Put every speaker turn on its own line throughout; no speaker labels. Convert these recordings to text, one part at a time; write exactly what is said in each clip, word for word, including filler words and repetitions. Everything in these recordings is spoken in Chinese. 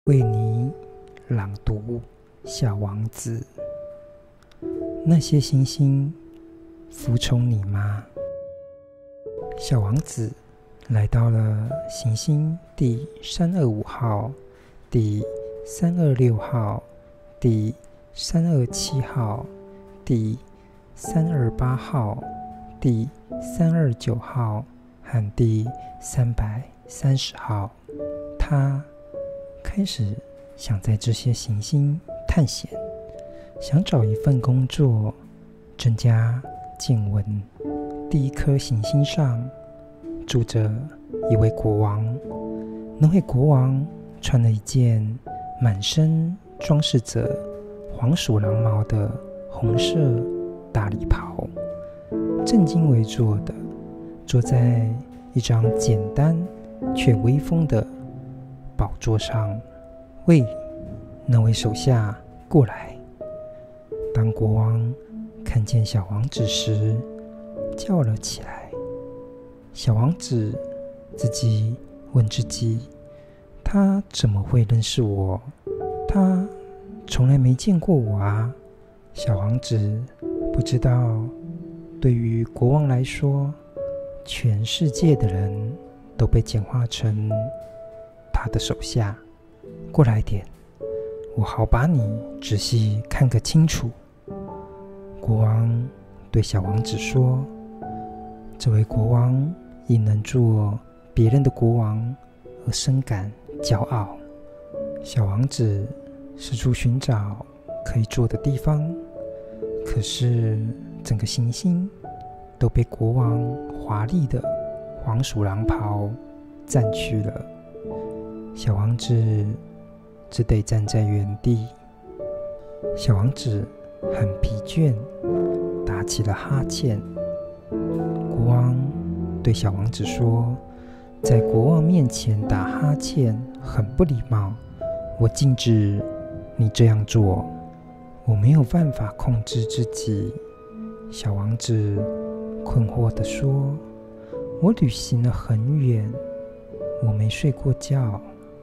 为你朗读《小王子》。那些星星服从你吗？小王子来到了行星第三二五号、第三二六号、第三二七号、第三二八号、第三二九号和第三百三十号。他开始想在这些行星探险，想找一份工作，增加见闻。第一颗行星上住着一位国王，那位国王穿了一件满身装饰着黄鼠狼毛的红色大礼袍，正襟危坐的坐在一张简单却威风的宝座上。喂，那位手下过来。当国王看见小王子时，叫了起来。小王子自己问自己，他怎么会认识我？他从来没见过我啊。小王子不知道，对于国王来说，全世界的人都被简化成他的手下。过来点，我好把你仔细看个清楚。国王对小王子说。这位国王因能做别人的国王而深感骄傲。小王子四处寻找可以坐的地方，可是整个行星都被国王华丽的黄鼠狼袍占去了。小王子只得站在原地。小王子很疲倦，打起了哈欠。国王对小王子说，在国王面前打哈欠很不礼貌，我禁止你这样做。我没有办法控制自己。小王子困惑地说，我旅行了很远，我没睡过觉。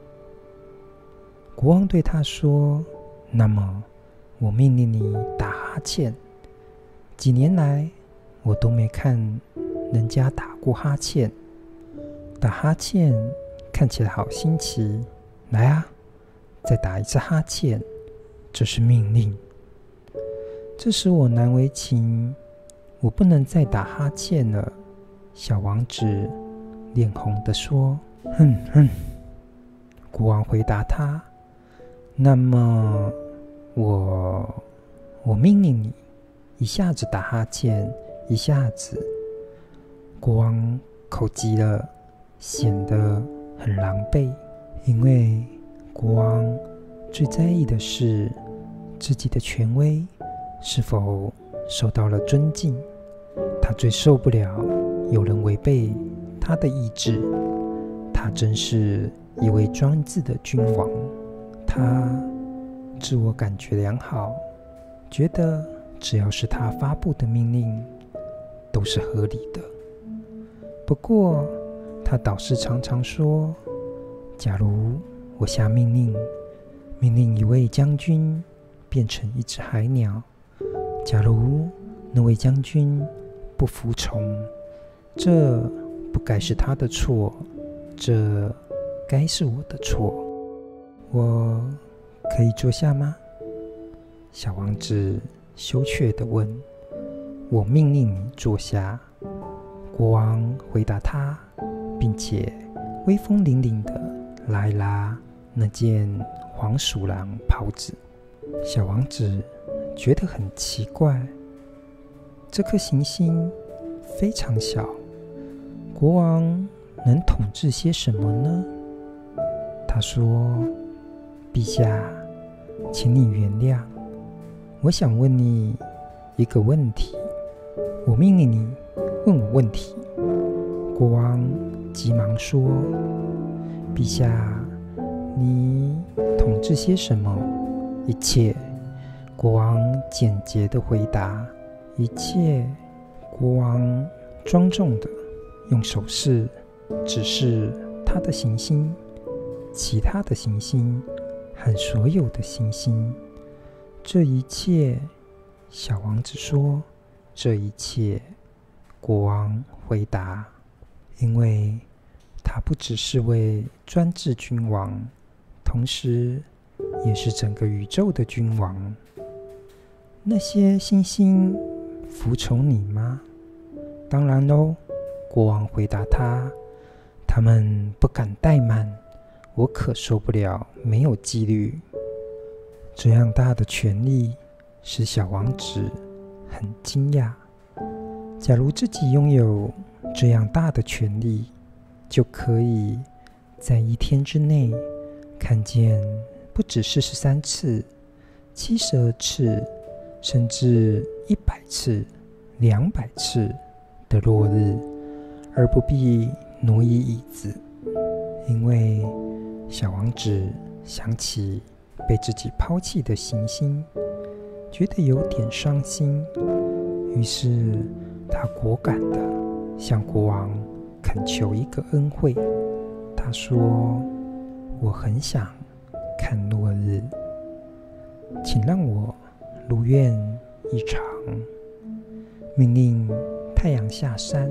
国王对他说，那么我命令你打哈欠。几年来我都没看人家打过哈欠。打哈欠看起来好新奇，来啊，再打一次哈欠，这是命令。这使我难为情，我不能再打哈欠了。小王子脸红地说。哼哼，国王回答他，那么我我命令你一下子打哈欠，一下子。国王口急了，显得很狼狈，因为国王最在意的是自己的权威是否受到了尊敬。他最受不了有人违背他的意志。他真是一位专制的君王。他自我感觉良好，觉得只要是他发布的命令都是合理的。不过他倒是常常说，假如我下命令，命令一位将军变成一只海鸟，假如那位将军不服从，这不该是他的错，这该是我的错。我可以坐下吗？小王子羞怯地问。我命令你坐下。国王回答他，并且威风凛凛地拉一拉那件黄鼠狼袍子。小王子觉得很奇怪，这颗行星非常小，国王能统治些什么呢？他说，陛下，请你原谅，我想问你一个问题。我命令你问我问题。国王急忙说，陛下，你统治些什么？一切。国王简洁地回答，一切。国王庄重地用手势指示他的行星，其他的行星和所有的星星。这一切，小王子说，这一切，国王回答，因为他不只是位专制君王，同时也是整个宇宙的君王。那些星星服从你吗？当然喽，国王回答他，他们不敢怠慢，我可受不了没有纪律。这样大的权力使小王子很惊讶。假如自己拥有这样大的权力，就可以在一天之内看见不止四十三次、七十二次，甚至一百次、两百次的落日，而不必挪移椅子。因为小王子想起被自己抛弃的行星，觉得有点伤心，于是他果敢地向国王恳求一个恩惠。他说，我很想看落日，请让我如愿以偿，命令太阳下山。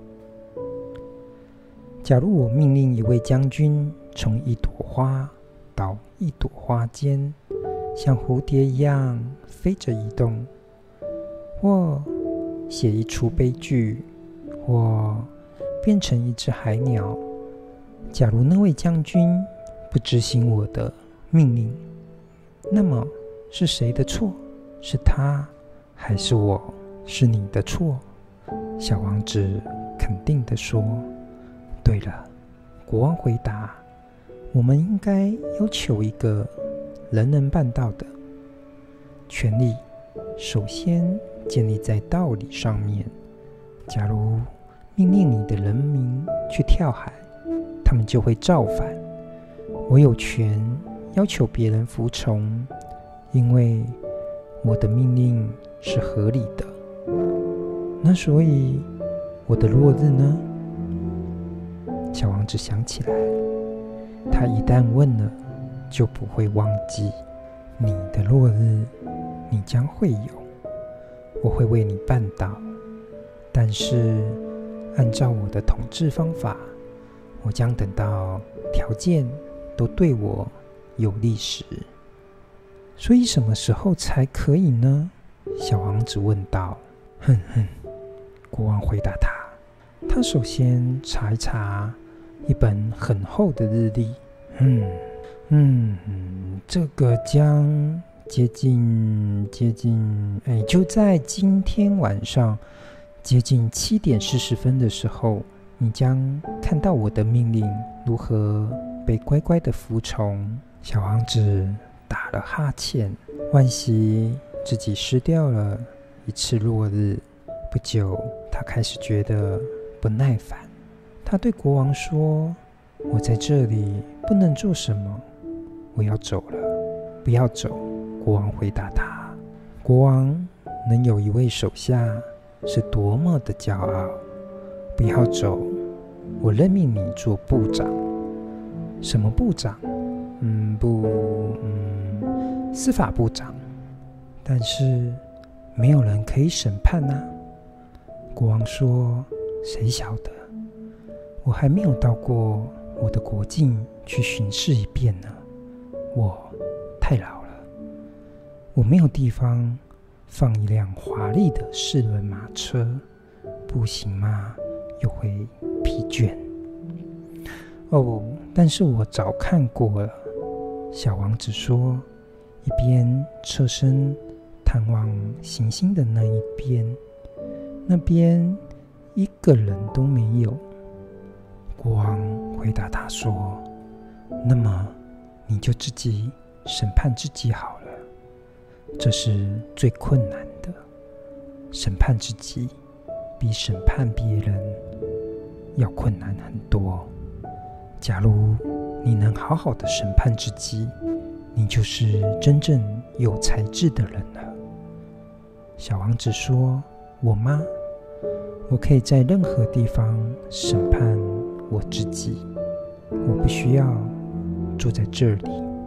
假如我命令一位将军从一朵花到一朵花间，像蝴蝶一样飞着移动，或写一出悲剧，或变成一只海鸟，假如那位将军不执行我的命令，那么是谁的错？是他，还是我？是你的错？小王子肯定地说。对了，国王回答，我们应该要求一个人能办到的权利，首先建立在道理上面。假如命令你的人民去跳海，他们就会造反。我有权要求别人服从，因为我的命令是合理的。那所以我的落日呢？小王子想起来，他一旦问了，就不会忘记。你的落日，你将会有，我会为你办到。但是按照我的统治方法，我将等到条件都对我有利时。所以什么时候才可以呢？小王子问道。哼哼，国王回答他。他首先查一查一本很厚的日历。嗯嗯，这个将接近接近，哎，就在今天晚上接近七点四十分的时候，你将看到我的命令如何被乖乖的服从。小王子打了哈欠，惋惜自己失掉了一次落日。不久，他开始觉得不耐烦。他对国王说，我在这里不能做什么，我要走了。不要走，国王回答他。国王能有一位手下是多么的骄傲。不要走，我任命你做部长。什么部长？嗯，不，嗯，司法部长。但是没有人可以审判啊。国王说，谁晓得？我还没有到过我的国境去巡视一遍呢。我太老了，我没有地方放一辆华丽的四轮马车，步行嘛又会疲倦。哦，但是我早看过了。小王子说，一边侧身探望行星的那一边，那边一个人都没有。国王回答他说，那么你就自己审判自己好了，这是最困难的。审判自己比审判别人要困难很多。假如你能好好的审判自己，你就是真正有才智的人了。小王子说，我吗？我可以在任何地方审判我自己，我不需要坐在这里。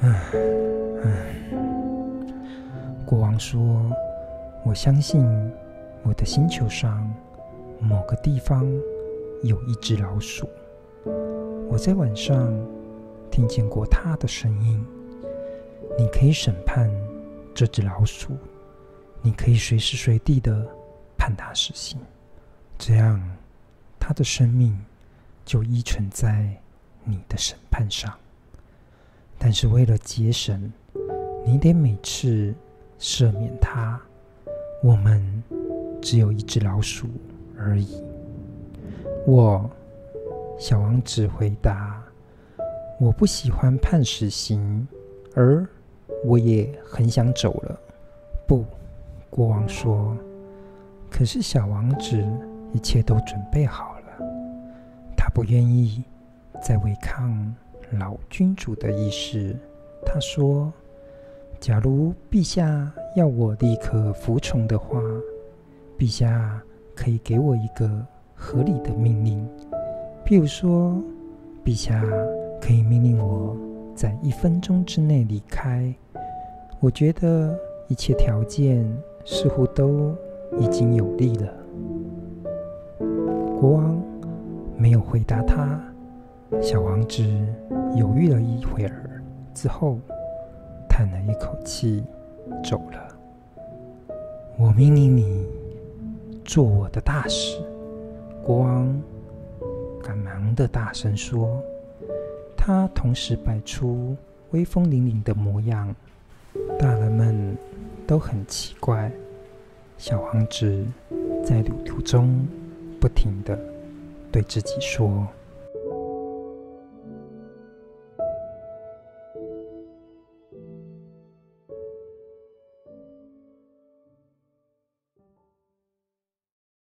国王说：“我相信我的星球上某个地方有一只老鼠，我在晚上听见过它的声音。你可以审判这只老鼠，你可以随时随地的判它死刑，这样它的生命就依存在你的审判上。但是为了节省，你得每次赦免它。我们只有一只老鼠而已。”我，小王子回答：“我不喜欢判死刑，而我也很想走了。”不，国王说。可是小王子一切都准备好了，他不愿意再违抗老君主的意思。他说：“假如陛下要我立刻服从的话，陛下可以给我一个合理的命令，譬如说，陛下可以命令我在一分钟之内离开。我觉得一切条件似乎都已经有利了。”国王没有回答他。小王子犹豫了一会儿之后，叹了一口气，走了。“我命令你做我的大使。”国王赶忙的大声说。他同时摆出威风凛凛的模样，大人们都很奇怪。小王子在旅途中不停地对自己说：